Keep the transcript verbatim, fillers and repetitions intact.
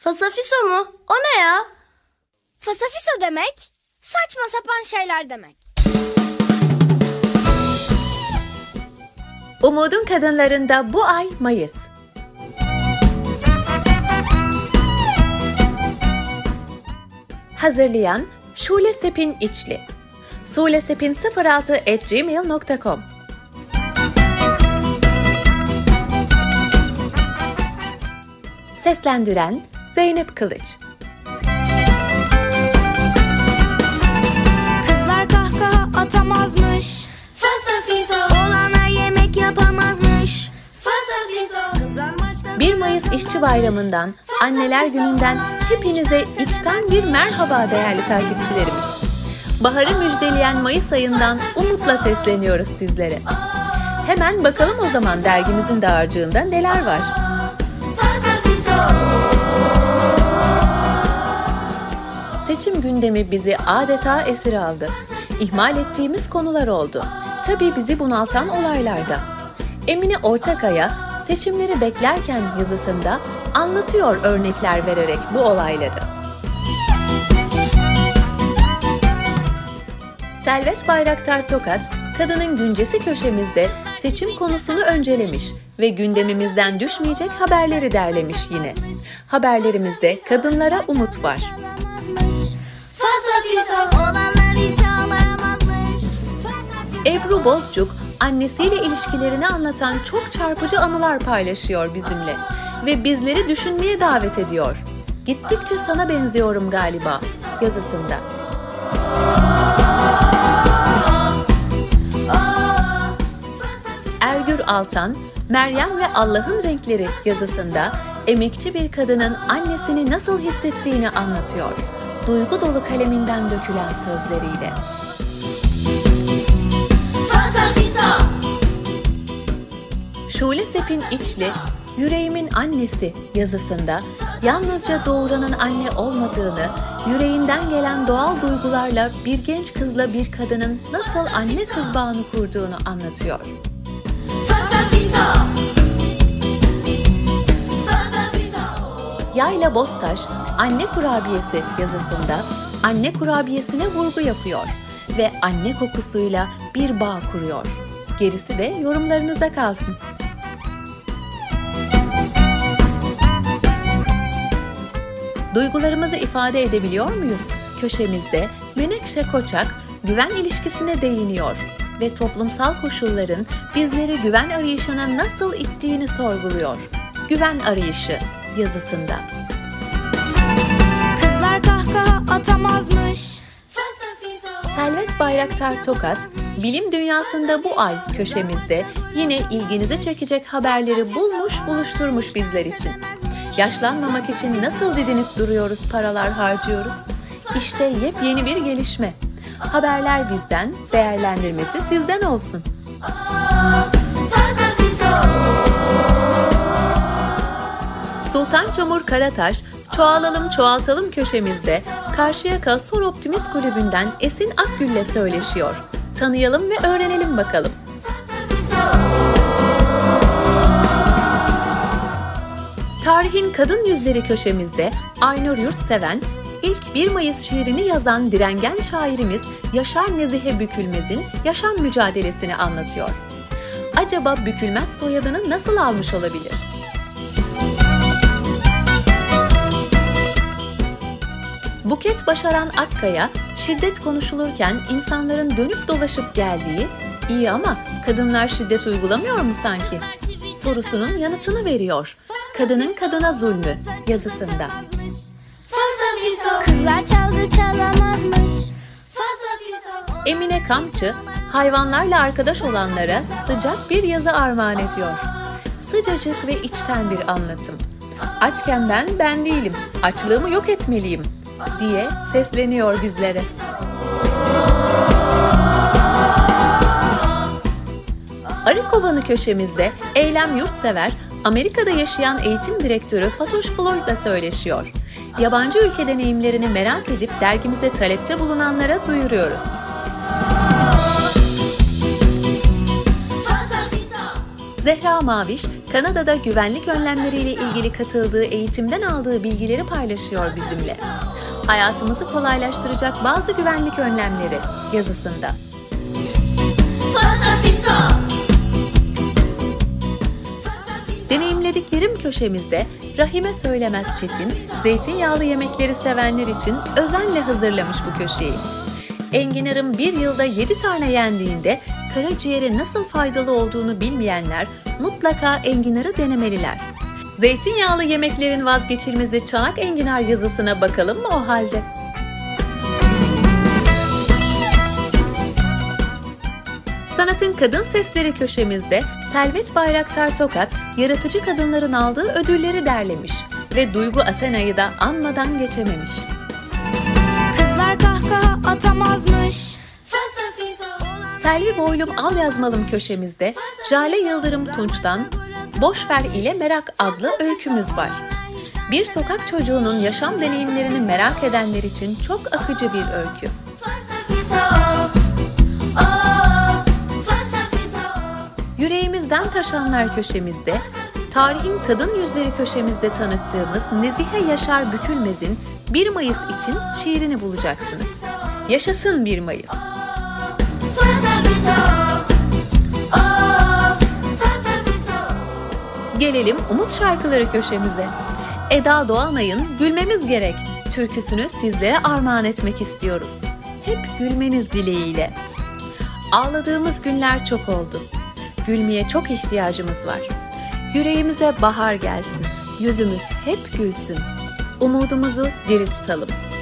Fasafiso mu? O ne ya? Fasafiso demek, saçma sapan şeyler demek. Umudun Kadınlarında bu ay Mayıs. Hazırlayan Şule Sepin İçli. şulesepin sıfır altı at gmail nokta com. Seslendiren Zeynep Kılıç. Kızlar kahkaha atamazmış. Fasafiso. Oğlanlar yemek yapamazmış. Fasafiso. bir Mayıs İşçi Bayramı'ndan, Anneler Günü'nden hepinize içten bir merhaba değerli takipçilerimiz. Baharı müjdeleyen Mayıs ayından umutla sesleniyoruz sizlere. Hemen bakalım o zaman dergimizin dağarcığında neler var. Seçim gündemi bizi adeta esir aldı. İhmal ettiğimiz konular oldu. Tabii bizi bunaltan olaylarda. Emine Ortakaya, seçimleri beklerken yazısında anlatıyor örnekler vererek bu olayları. Selvet Bayraktar Tokat, Kadının Güncesi köşemizde seçim konusunu öncelemiş ve gündemimizden düşmeyecek haberleri derlemiş yine. Haberlerimizde kadınlara umut var. Fasafiso. Olanlar hiç ağlayamazmış. Ebru Bozcuk, annesiyle ilişkilerini anlatan çok çarpıcı anılar paylaşıyor bizimle ve bizleri düşünmeye davet ediyor. Gittikçe sana benziyorum galiba yazısında. Ergür Altan, Meryem ve Allah'ın Renkleri yazısında emekçi bir kadının annesini nasıl hissettiğini anlatıyor. Duygu dolu kaleminden dökülen sözleriyle. Fasafiso. Şule Sepin İçli, Yüreğimin Annesi yazısında yalnızca doğuranın anne olmadığını, yüreğinden gelen doğal duygularla bir genç kızla bir kadının nasıl anne kız bağını kurduğunu anlatıyor. Fasafiso. Yayla Boztaş, Anne Kurabiyesi yazısında anne kurabiyesine vurgu yapıyor ve anne kokusuyla bir bağ kuruyor. Gerisi de yorumlarınıza kalsın. Duygularımızı ifade edebiliyor muyuz? Köşemizde Menekşe Koçak güven ilişkisine değiniyor ve toplumsal koşulların bizleri güven arayışına nasıl ittiğini sorguluyor. Güven arayışı yazısında. Kızlar kahkaha atamazmış. Selvet Bayraktar Tokat, bilim dünyasında bu ay köşemizde yine ilginizi çekecek haberleri bulmuş buluşturmuş bizler için. Yaşlanmamak için nasıl didinip duruyoruz, paralar harcıyoruz? İşte yepyeni bir gelişme. Haberler bizden, değerlendirmesi sizden olsun. Sultan Çamur Karataş, Çoğalalım Çoğaltalım köşemizde Karşıyaka Sor Optimist Kulübü'nden Esin Akgül'le söyleşiyor. Tanıyalım ve öğrenelim bakalım. Tarihin Kadın Yüzleri köşemizde Aynur Yurtseven, ilk bir Mayıs şiirini yazan direngen şairimiz Yaşar Nezihe Bükülmez'in yaşam mücadelesini anlatıyor. Acaba Bükülmez soyadını nasıl almış olabilir? Buket Başaran Akkaya, şiddet konuşulurken insanların dönüp dolaşıp geldiği, iyi ama kadınlar şiddet uygulamıyor mu sanki? Sorusunun yanıtını veriyor. Kadının Kadına Zulmü yazısında. Fasafiso. Kızlar çalgı çalamazmış. Fasafiso. Emine Kamçı, hayvanlarla arkadaş olanlara sıcak bir yazı armağan ediyor. Sıcacık ve içten bir anlatım. Açken ben ben değilim, açlığımı yok etmeliyim diye sesleniyor bizlere. Arıkovanı köşemizde Eylem Yurtsever, Amerika'da yaşayan eğitim direktörü Fatoş Floyd'la söyleşiyor. Yabancı ülke deneyimlerini merak edip dergimize talepte bulunanlara duyuruyoruz. Zehra Maviş, Kanada'da güvenlik önlemleriyle ilgili katıldığı eğitimden aldığı bilgileri paylaşıyor bizimle. Hayatımızı kolaylaştıracak bazı güvenlik önlemleri yazısında. Fasa fiso. Deneyimlediklerim köşemizde Rahime Söylemez Çetin, zeytinyağlı yemekleri sevenler için özenle hazırlamış bu köşeyi. Enginarın bir yılda yedi tane yendiğinde karaciğere nasıl faydalı olduğunu bilmeyenler mutlaka enginarı denemeliler. Zeytinyağlı yemeklerin vazgeçilmezi çanak enginar yazısına bakalım mı o halde? Sanatın Kadın Sesleri köşemizde Selvet Bayraktar Tokat, yaratıcı kadınların aldığı ödülleri derlemiş ve Duygu Asena'yı da anmadan geçememiş. Kızlar kahkaha atamazmış. Fasa fiso. Selvi Boylum Al Yazmalım köşemizde Jale Yıldırım Tunç'tan Boşver ile Merak adlı öykümüz var. Bir sokak çocuğunun yaşam deneyimlerini merak edenler için çok akıcı bir öykü. Fasa fiso. Oh. Fasa fiso. Yüreğimizden taşanlar köşemizde, Tarihin Kadın Yüzleri köşemizde tanıttığımız Nezihe Yaşar Bükülmez'in bir Mayıs için şiirini bulacaksınız. Yaşasın bir Mayıs! Fasa fiso. Oh. Fasa fiso. Gelelim Umut Şarkıları köşemize. Eda Doğanay'ın Gülmemiz Gerek türküsünü sizlere armağan etmek istiyoruz. Hep gülmeniz dileğiyle. Ağladığımız günler çok oldu. Gülmeye çok ihtiyacımız var. Yüreğimize bahar gelsin. Yüzümüz hep gülsün. Umudumuzu diri tutalım.